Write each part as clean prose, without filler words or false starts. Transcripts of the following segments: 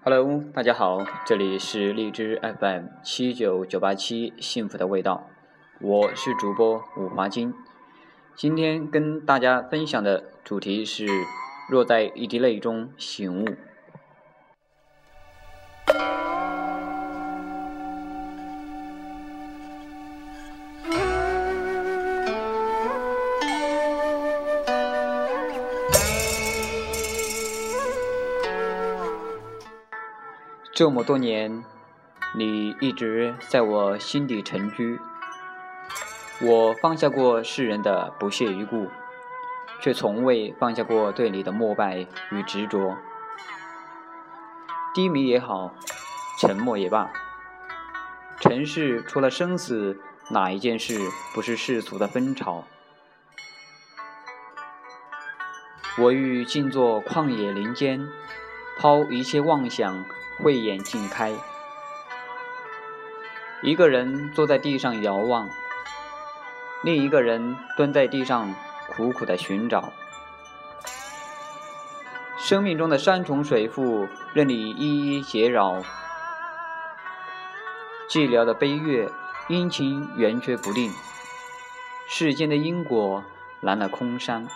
Hello， 大家好，这里是荔枝 FM79987幸福的味道，我是主播五华金。今天跟大家分享的主题是若在一滴泪中醒悟。这么多年，你一直在我心底沉居。我放下过世人的不屑一顾，却从未放下过对你的膜拜与执着。低迷也好，沉默也罢，尘世除了生死，哪一件事不是世俗的纷吵？我欲静坐旷野林间，抛一切妄想，慧眼尽开。一个人坐在地上遥望，另一个人蹲在地上苦苦地寻找。生命中的山重水复，任你一一解扰。寂寥的悲乐，阴晴圆缺不定。世间的因果，拦了空山。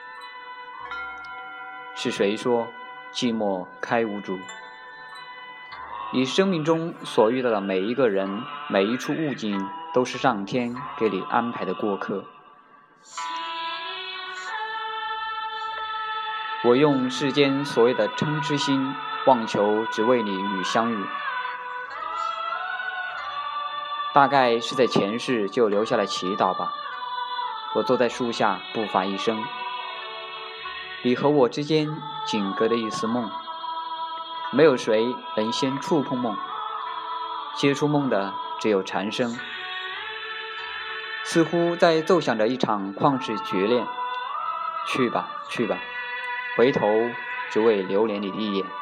是谁说寂寞开无主？你生命中所遇到的每一个人，每一处物景，都是上天给你安排的过客。我用世间所谓的嗔痴心，妄求只为你与相遇。大概是在前世就留下了祈祷吧。我坐在树下，不发一声。你和我之间仅隔的一丝梦，没有谁能先触碰梦，接触梦的只有蝉声，似乎在奏响着一场旷世绝恋。去吧，去吧，回头只为留恋你一眼。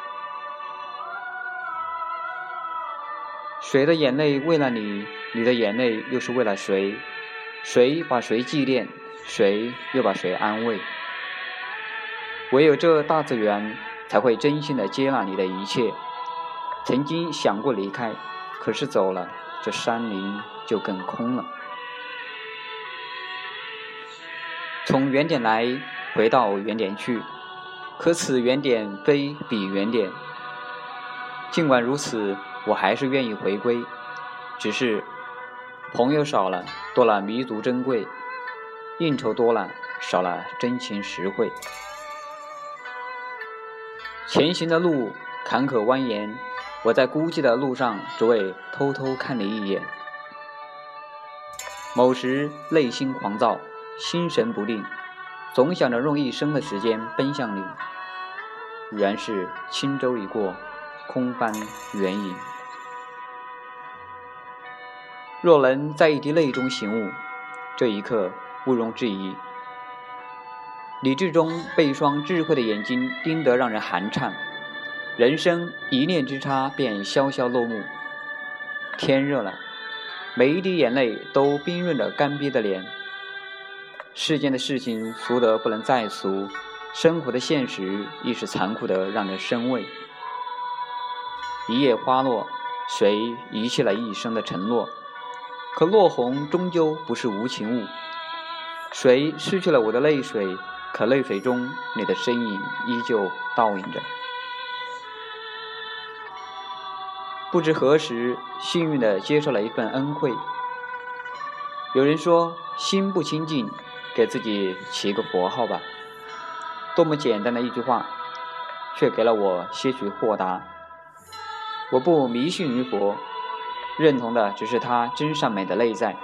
谁的眼泪为了你，你的眼泪又是为了谁？谁把谁纪念，谁又把谁安慰？唯有这大自然才会真心的接纳你的一切。曾经想过离开，可是走了，这山林就更空了。从原点来，回到原点去，可此原点非彼原点。尽管如此，我还是愿意回归，只是朋友少了，多了弥足珍贵；应酬多了，少了真情实惠。前行的路坎坷蜿蜒，我在孤寂的路上只为偷偷看你一眼。某时内心狂躁，心神不定，总想着用一生的时间奔向你。原是轻舟已过，空翻远影。若能在一滴泪中醒悟，这一刻毋庸置疑。理智中被一双智慧的眼睛盯得让人寒颤，人生一念之差便潇潇落幕。天热了，每一滴眼泪都冰润着干瘪的脸。世间的事情俗得不能再俗，生活的现实亦是残酷得让人生畏。一叶花落，谁遗弃了一生的承诺？可落红终究不是无情物。谁失去了我的泪水？可泪水中你的身影依旧倒映着。不知何时幸运地接受了一份恩惠。有人说心不清净，给自己起个佛号吧。多么简单的一句话，却给了我些许豁达。我不迷信于佛，认同的只是他真善美的内在。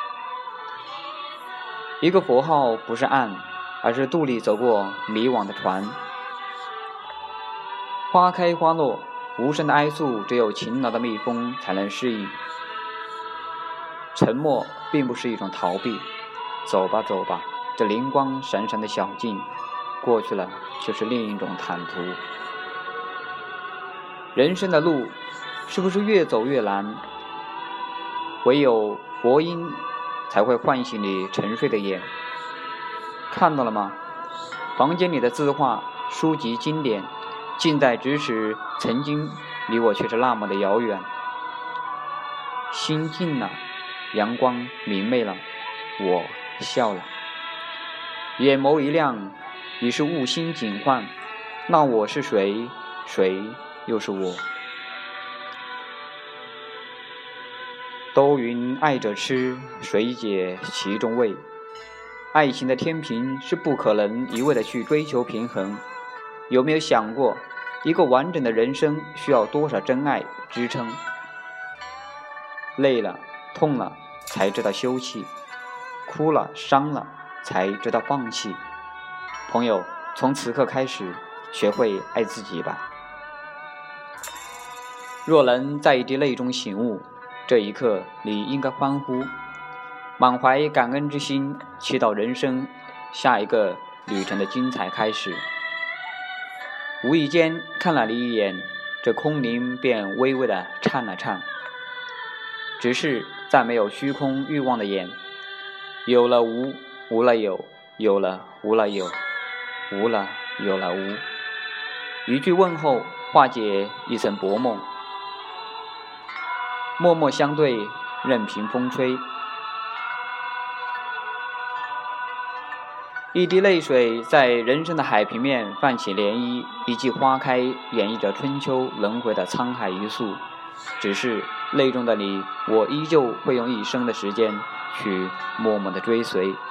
一个佛号不是岸，而是渡里走过迷惘的船。花开花落，无声的哀诉，只有勤劳的蜜蜂才能适应。沉默并不是一种逃避，走吧走吧，这灵光闪闪的小径，过去了就是另一种坦途。人生的路是不是越走越难？唯有佛音才会唤醒你沉睡的眼。看到了吗？房间里的字画、书籍经典，近在咫尺，曾经离我却是那么的遥远。心静了，阳光明媚了，我笑了。眼眸一亮，已是物心景幻。那我是谁？谁又是我？都云爱者痴，谁解其中味？爱情的天平是不可能一味的去追求平衡。有没有想过，一个完整的人生需要多少真爱支撑？累了痛了才知道休憩，哭了伤了才知道放弃。朋友，从此刻开始学会爱自己吧。若能在一滴泪中醒悟，这一刻你应该欢呼，满怀感恩之心，祈祷人生下一个旅程的精彩开始。无意间看了你一眼，这空灵便微微的颤了颤。只是再没有虚空欲望的眼，有了无，无了有，有了无了有，无了有了无。一句问候化解一层薄梦，默默相对，任凭风吹。一滴泪水在人生的海平面泛起涟漪，一季花开演绎着春秋轮回的沧海一粟。只是泪中的你，我依旧会用一生的时间去默默的追随。